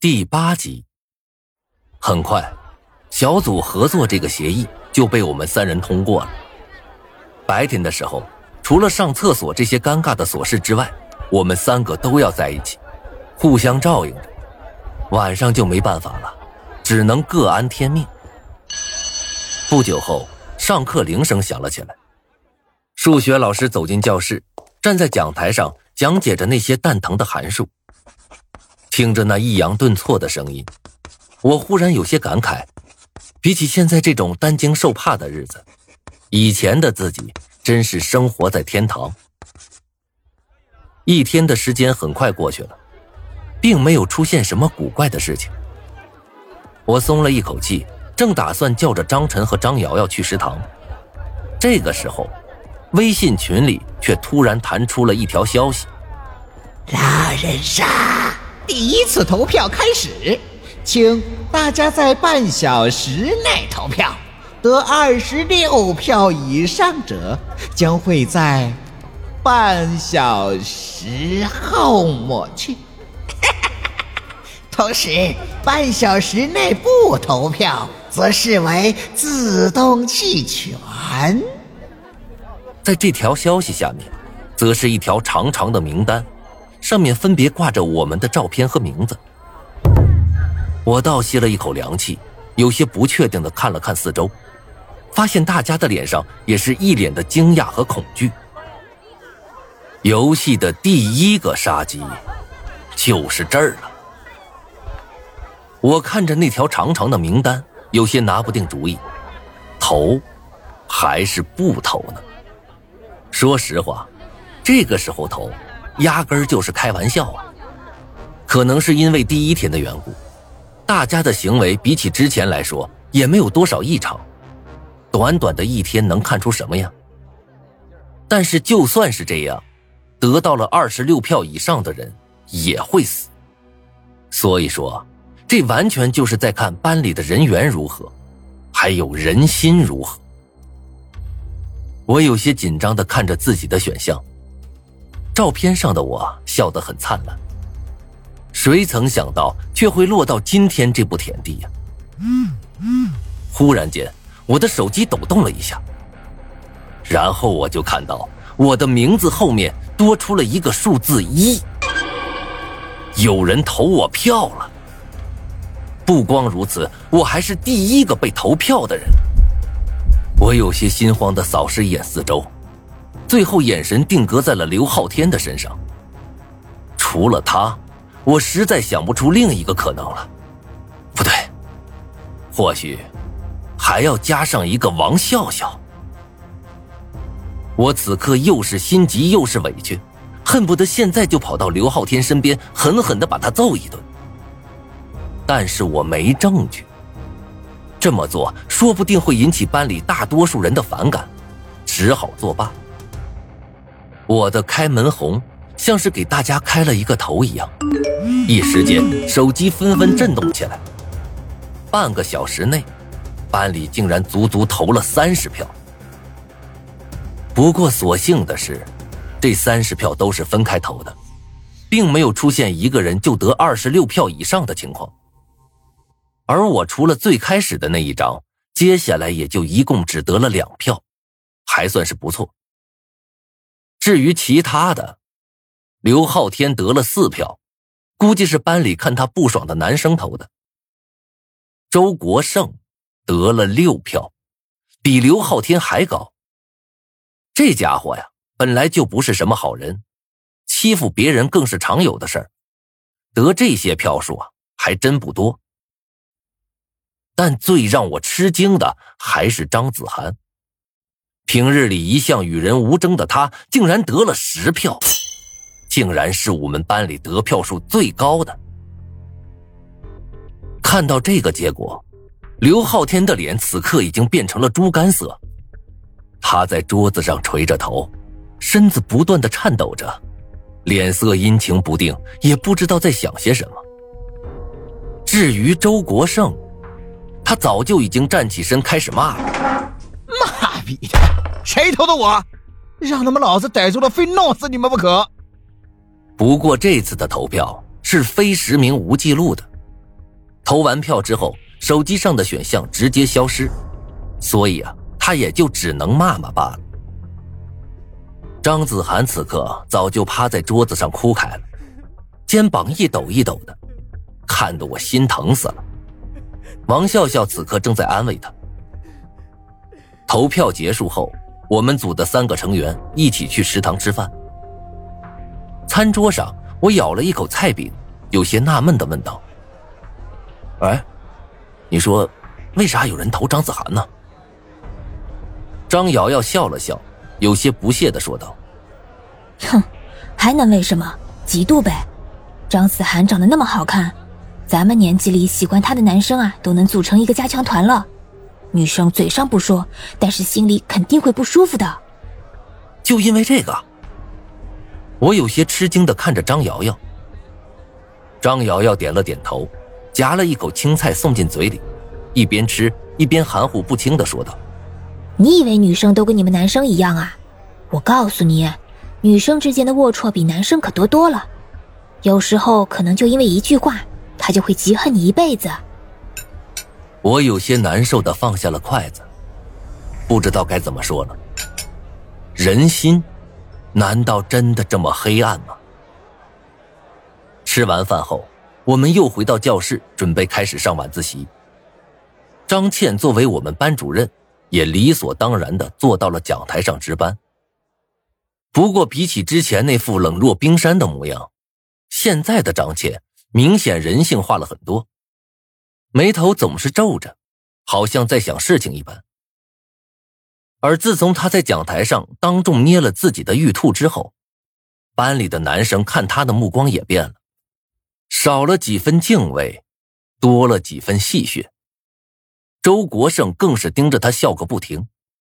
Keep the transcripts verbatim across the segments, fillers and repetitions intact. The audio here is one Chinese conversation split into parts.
第八集。很快，小组合作这个协议就被我们三人通过了。白天的时候，除了上厕所这些尴尬的琐事之外，我们三个都要在一起，互相照应着。晚上就没办法了，只能各安天命。不久后，上课铃声响了起来。数学老师走进教室，站在讲台上讲解着那些蛋疼的函数。听着那抑扬顿挫的声音，我忽然有些感慨，比起现在这种担惊受怕的日子，以前的自己真是生活在天堂。一天的时间很快过去了，并没有出现什么古怪的事情。我松了一口气，正打算叫着张晨和张瑶瑶去食堂。这个时候，微信群里却突然弹出了一条消息： 狼人杀第一次投票开始，请大家在半小时内投票，得二十六票以上者将会在半小时后抹去。同时，半小时内不投票则视为自动弃权。 在这条消息下面，则是一条长长的名单，上面分别挂着我们的照片和名字。我倒吸了一口凉气，有些不确定地看了看四周，发现大家的脸上也是一脸的惊讶和恐惧。游戏的第一个杀机就是这儿了。我看着那条长长的名单，有些拿不定主意，投还是不投呢？说实话，这个时候投压根儿就是开玩笑啊。可能是因为第一天的缘故，大家的行为比起之前来说也没有多少异常。短短的一天能看出什么呀？但是就算是这样，得到了二十六票以上的人也会死。所以说，这完全就是在看班里的人缘如何，还有人心如何。我有些紧张地看着自己的选项，照片上的我笑得很灿烂，谁曾想到却会落到今天这步田地呀、啊！忽然间，我的手机抖动了一下，然后我就看到我的名字后面多出了一个数字一，有人投我票了。不光如此，我还是第一个被投票的人。我有些心慌地扫视一眼四周，最后眼神定格在了刘昊天的身上。除了他，我实在想不出另一个可能了。不对，或许还要加上一个王笑笑。我此刻又是心急又是委屈，恨不得现在就跑到刘昊天身边，狠狠地把他揍一顿。但是我没证据，这么做说不定会引起班里大多数人的反感，只好作罢。我的开门红像是给大家开了一个头一样，一时间手机纷纷震动起来。半个小时内，班里竟然足足投了三十票。不过所幸的是，这三十票都是分开投的，并没有出现一个人就得二十六票以上的情况。而我除了最开始的那一张，接下来也就一共只得了两票，还算是不错。至于其他的，刘昊天得了四票，估计是班里看他不爽的男生投的。周国胜得了六票，比刘昊天还高。这家伙呀，本来就不是什么好人，欺负别人更是常有的事儿，得这些票数啊，还真不多。但最让我吃惊的还是张子涵，平日里一向与人无争的他，竟然得了十票，竟然是我们班里得票数最高的。看到这个结果，刘昊天的脸此刻已经变成了猪肝色，他在桌子上垂着头，身子不断地颤抖着，脸色阴晴不定，也不知道在想些什么。至于周国胜，他早就已经站起身开始骂了： 妈逼的，谁投的我？让他们老子逮住了，非弄死你们不可！ 不过这次的投票是非实名无记录的， 投完票之后，手机上的选项直接消失，所以啊，他也就只能骂骂罢了。张子涵此刻早就趴在桌子上哭开了，肩膀一抖一抖的，看得我心疼死了。王笑笑此刻正在安慰他。投票结束后，我们组的三个成员一起去食堂吃饭。餐桌上，我咬了一口菜饼，有些纳闷地问道：哎，你说为啥有人投张子涵呢？张瑶瑶笑了笑，有些不屑地说道： 哼，还能为什么？嫉妒呗。张子涵长得那么好看，咱们年纪里喜欢他的男生啊，都能组成一个加强团了。女生嘴上不说，但是心里肯定会不舒服的。 就因为这个？我有些吃惊地看着张瑶瑶。张瑶瑶点了点头，夹了一口青菜送进嘴里，一边吃一边含糊不清地说道： 你以为女生都跟你们男生一样啊？我告诉你，女生之间的龌龊比男生可多多了，有时候可能就因为一句话，他就会记恨你一辈子。 我有些难受地放下了筷子，不知道该怎么说了。人心难道真的这么黑暗吗？吃完饭后，我们又回到教室，准备开始上晚自习。张倩作为我们班主任，也理所当然地坐到了讲台上值班。不过比起之前那副冷若冰山的模样，现在的张倩明显人性化了很多，眉头总是皱着，好像在想事情一般。而自从她在讲台上当众捏了自己的玉兔之后，班里的男生看她的目光也变了，少了几分敬畏，多了几分戏谑。周国胜更是盯着她笑个不停。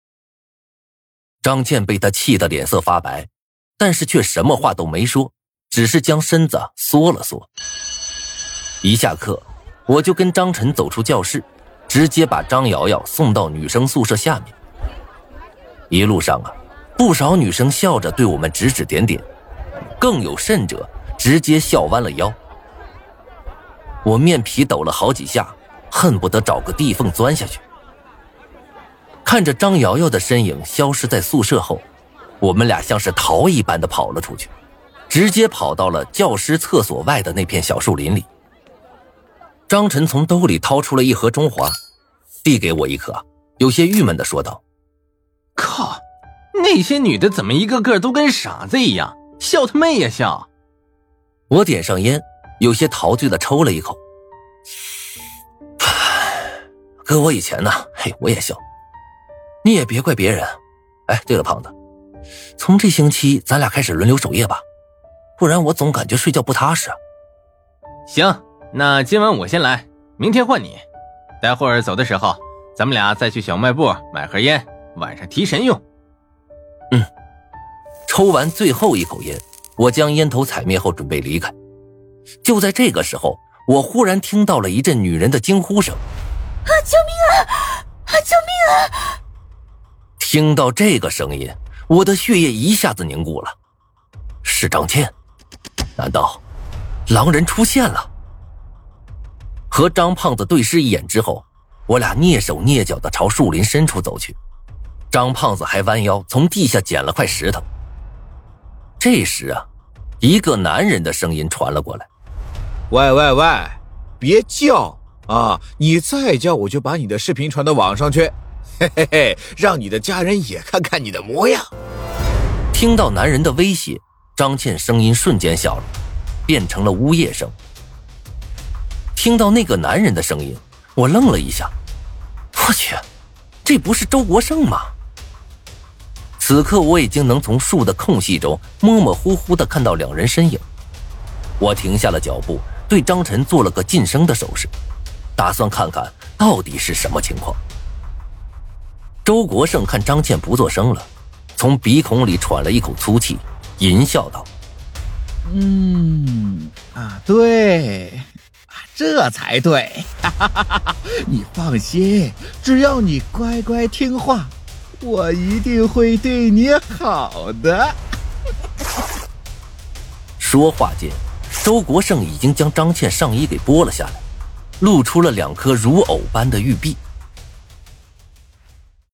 张倩被他气得脸色发白，但是却什么话都没说，只是将身子缩了缩。一下课，我就跟张晨走出教室，直接把张瑶瑶送到女生宿舍下面。一路上啊，不少女生笑着对我们指指点点，更有甚者直接笑弯了腰。我面皮抖了好几下，恨不得找个地缝钻下去。看着张瑶瑶的身影消失在宿舍后，我们俩像是逃一般的跑了出去，直接跑到了教师厕所外的那片小树林里。张晨从兜里掏出了一盒中华，递给我一颗，有些郁闷地说道： 靠，那些女的怎么一个个都跟傻子一样，笑他妹呀笑。 我点上烟，有些陶醉地抽了一口。搁我以前呢，嘿，我也笑。你也别怪别人。哎，对了，胖子，从这星期咱俩开始轮流守夜吧，不然我总感觉睡觉不踏实。 行，那今晚我先来，明天换你。待会儿走的时候，咱们俩再去小卖部买盒烟，晚上提神用。 嗯。抽完最后一口烟，我将烟头踩灭后准备离开。就在这个时候，我忽然听到了一阵女人的惊呼声： 啊！救命啊！啊！救命啊！ 听到这个声音，我的血液一下子凝固了。是张倩？难道狼人出现了？和张胖子对视一眼之后，我俩蹑手蹑脚地朝树林深处走去。张胖子还弯腰从地下捡了块石头。这时啊，一个男人的声音传了过来： 喂喂喂，别叫啊！你再叫我就把你的视频传到网上去，嘿嘿嘿，让你的家人也看看你的模样。 听到男人的威胁，张倩声音瞬间小了，变成了呜咽声。听到那个男人的声音，我愣了一下，我去，这不是周国胜吗？此刻我已经能从树的空隙中模模糊糊地看到两人身影。我停下了脚步，对张晨做了个噤声的手势，打算看看到底是什么情况。周国胜看张倩不作声了，从鼻孔里喘了一口粗气，淫笑道： 嗯啊，对，这才对，哈哈哈哈，你放心，只要你乖乖听话，我一定会对你好的。 说话间，周国胜已经将张倩上衣给剥了下来， 露出了两颗如藕般的玉臂。